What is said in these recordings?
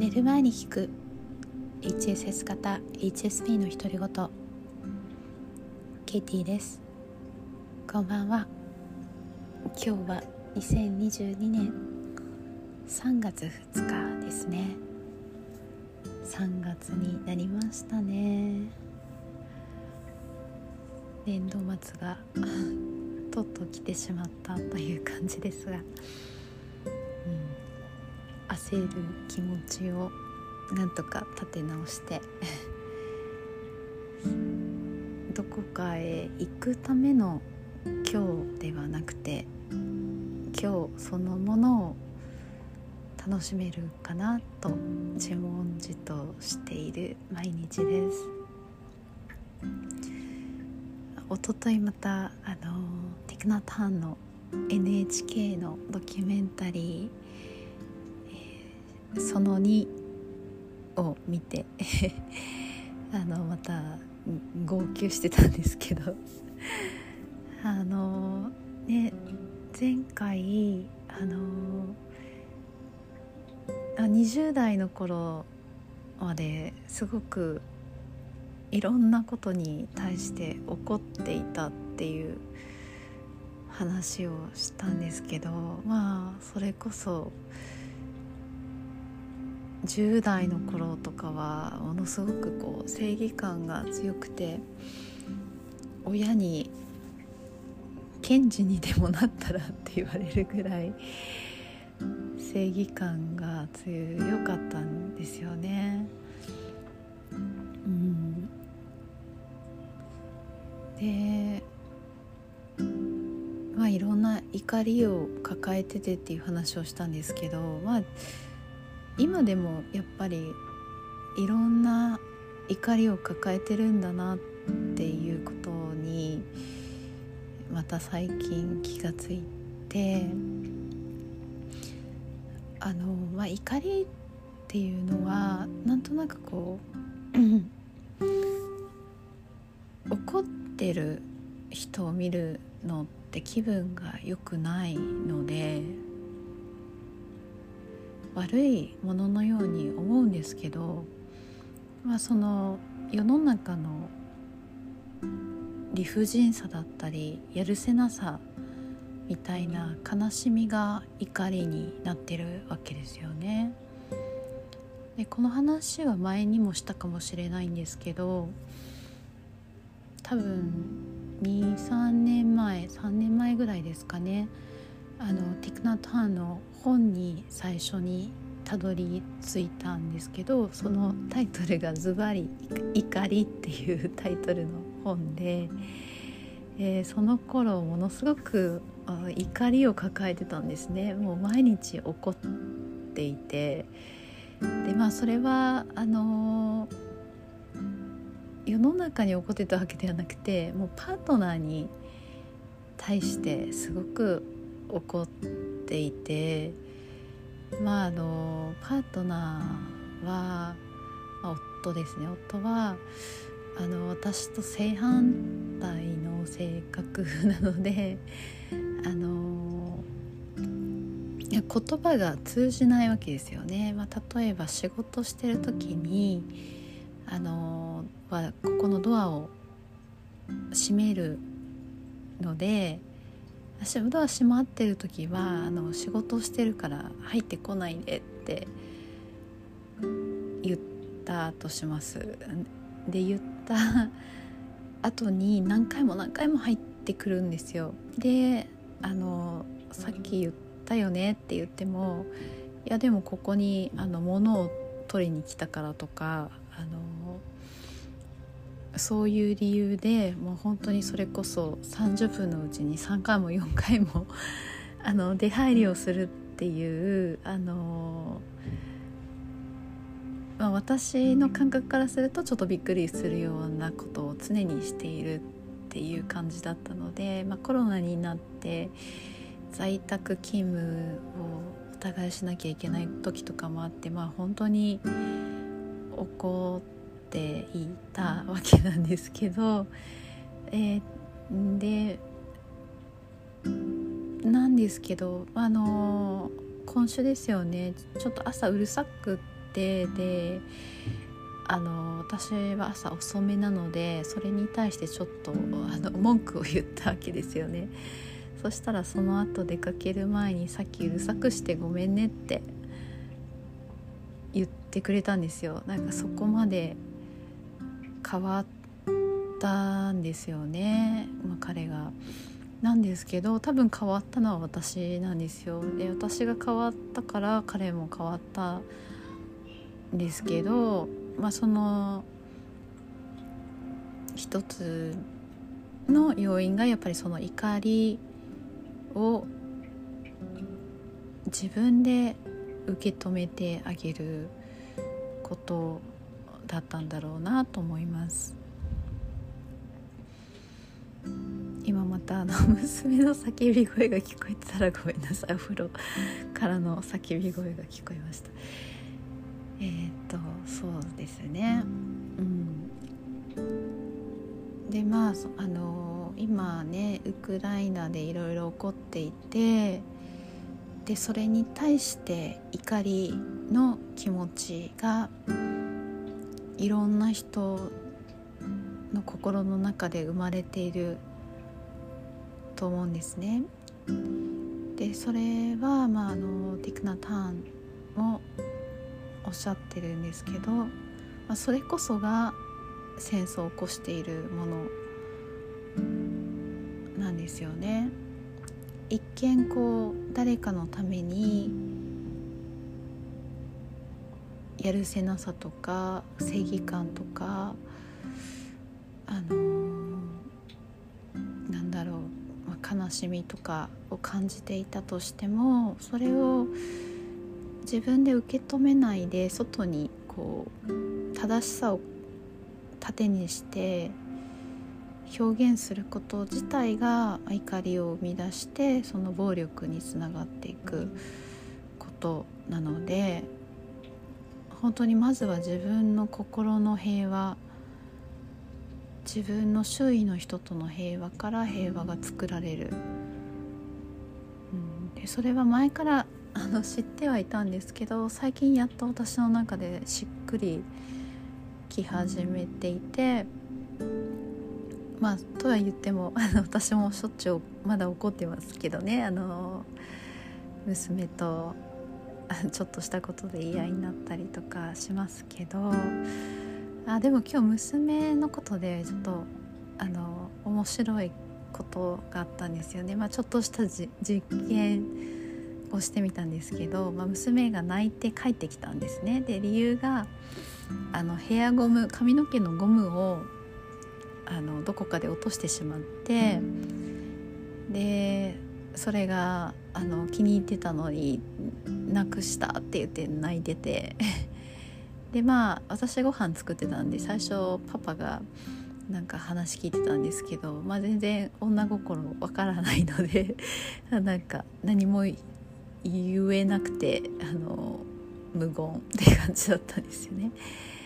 寝る前に聞く HSS 型 HSP の独り言、ケイティです。こんばんは。今日は2022年3月2日ですね。3月になりましたね。年度末がとっと来てしまったという感じですが、焦る気持ちをなんとか立て直してどこかへ行くための今日ではなくて、今日そのものを楽しめるかなと自問自答している毎日です。おとといまたティクナタンの NHK のドキュメンタリー、その2を見てまた号泣してたんですけど前回20代の頃まですごくいろんなことに対して怒っていたっていう話をしたんですけど、それこそ10代の頃とかはものすごく正義感が強くて、親に検事にでもなったらって言われるぐらい正義感が強かったんですよね。で、いろんな怒りを抱えててっていう話をしたんですけど、今でもやっぱりいろんな怒りを抱えてるんだなっていうことにまた最近気がついて、怒りっていうのはなんとなく怒ってる人を見るのって気分が良くないので悪いもののように思うんですけど、その世の中の理不尽さだったりやるせなさみたいな悲しみが怒りになってるわけですよね。でこの話は前にもしたかもしれないんですけど、多分3年前ぐらいですかね、ティクナトハンの本に最初にたどり着いたんですけど、そのタイトルがズバリ怒りっていうタイトルの本で、その頃ものすごく怒りを抱えてたんですね。もう毎日怒っていて、でそれは世の中に怒ってたわけではなくて、もうパートナーに対してすごく怒っていて、パートナーは、夫ですね。夫は私と正反対の性格なので言葉が通じないわけですよね。例えば仕事してる時にここのドアを閉めるので、私はドア閉まってる時は仕事をしてるから入ってこないでって言ったとします。で言った後に何回も入ってくるんですよ。でさっき言ったよねって言っても、いやでもここに物を取りに来たからとかそういう理由でもう本当にそれこそ30分のうちに3回も4回も出入りをするっていう私の感覚からするとちょっとびっくりするようなことを常にしているっていう感じだったので、コロナになって在宅勤務をお互いしなきゃいけない時とかもあって、本当に怒っていたわけなんですけど、でなんですけど今週ですよね、ちょっと朝うるさくって、で私は朝遅めなので、それに対してちょっと文句を言ったわけですよね。そしたらその後出かける前に、さっきうるさくしてごめんねって言ってくれたんですよ。なんかそこまで変わったんですよね、彼が。なんですけど、多分変わったのは私なんですよ。で、私が変わったから彼も変わったんですけど、その一つの要因がやっぱりその怒りを自分で受け止めてあげることだったんだろうなと思います。今また娘の叫び声が聞こえてたらごめんなさい。お風呂からの叫び声が聞こえました。そうですね、で今ねウクライナでいろいろ起こっていて、でそれに対して怒りの気持ちがいろんな人の心の中で生まれていると思うんですね。でそれは、ティクナターンもおっしゃってるんですけど、それこそが戦争を起こしているものなんですよね。一見誰かのためにやるせなさとか正義感とか悲しみとかを感じていたとしても、それを自分で受け止めないで外に正しさを盾にして表現すること自体が怒りを生み出して、その暴力につながっていくことなので、本当にまずは自分の心の平和、自分の周囲の人との平和から平和が作られる、でそれは前から知ってはいたんですけど、最近やっと私の中でしっくりき始めていて、とは言っても私もしょっちゅうまだ怒ってますけどね、娘とちょっとしたことで言い合いになったりとかしますけど、でも今日娘のことでちょっと面白いことがあったんですよね。ちょっとした実験をしてみたんですけど、娘が泣いて帰ってきたんですね。で理由がヘアゴム、髪の毛のゴムをどこかで落としてしまって、でそれが気に入ってたのになくしたって言って泣いててで私ご飯作ってたんで、最初パパがなんか話聞いてたんですけど、全然女心わからないのでなんか何も言えなくて無言って感じだったんですよね。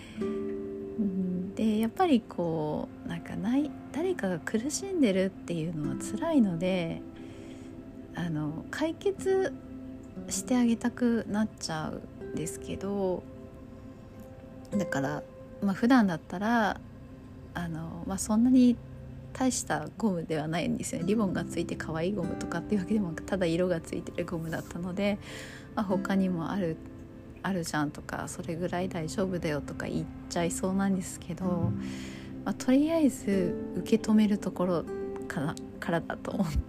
でやっぱり誰かが苦しんでるっていうのは辛いので、解決してあげたくなっちゃうんですけど、だから普段だったらそんなに大したゴムではないんですよね。リボンがついて可愛いゴムとかっていうわけでも、ただ色がついてるゴムだったので、他にもあるじゃんとか、それぐらい大丈夫だよとか言っちゃいそうなんですけど、とりあえず受け止めるところからだと思って、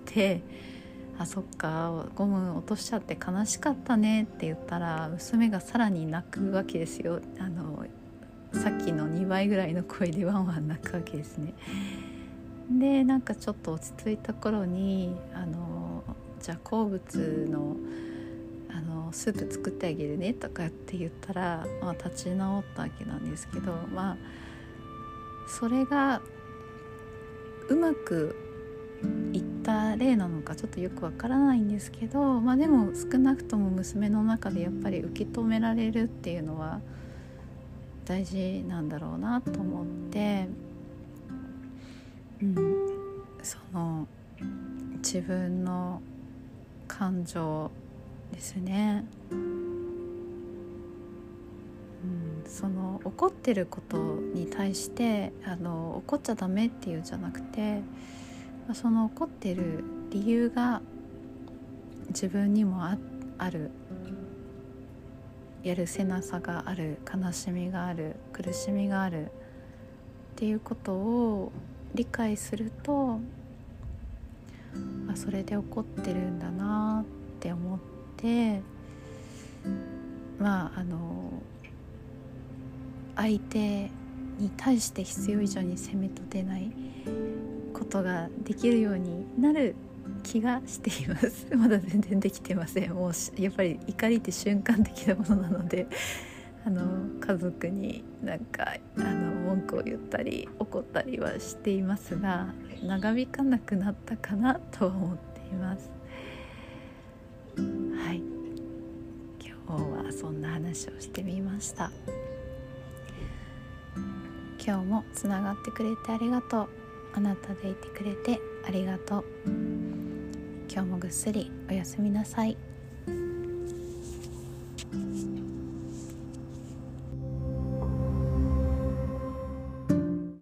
そっかゴム落としちゃって悲しかったねって言ったら、娘がさらに泣くわけですよ。さっきの2倍ぐらいの声でワンワン泣くわけですね。でちょっと落ち着いた頃にじゃあ好物のスープ作ってあげるねとかって言ったら、立ち直ったわけなんですけど、それがうまくいった例なのかちょっとよくわからないんですけど、でも少なくとも娘の中でやっぱり受け止められるっていうのは大事なんだろうなと思って、その自分の感情ですねその怒ってることに対して怒っちゃダメっていうんじゃなくて、その怒ってる理由が自分にもある、やるせなさがある、悲しみがある、苦しみがあるっていうことを理解すると、それで怒ってるんだなって思って、相手に対して必要以上に責めと出ないことができるようになる気がしていますまだ全然できてません。もうやっぱり怒りって瞬間的なものなので家族に文句を言ったり怒ったりはしていますが、長引かなくなったかなとは思っています。はい、今日はそんな話をしてみました。今日もつながってくれてありがとう。あなたでいてくれてありがとう。今日もぐっすりおやすみなさい。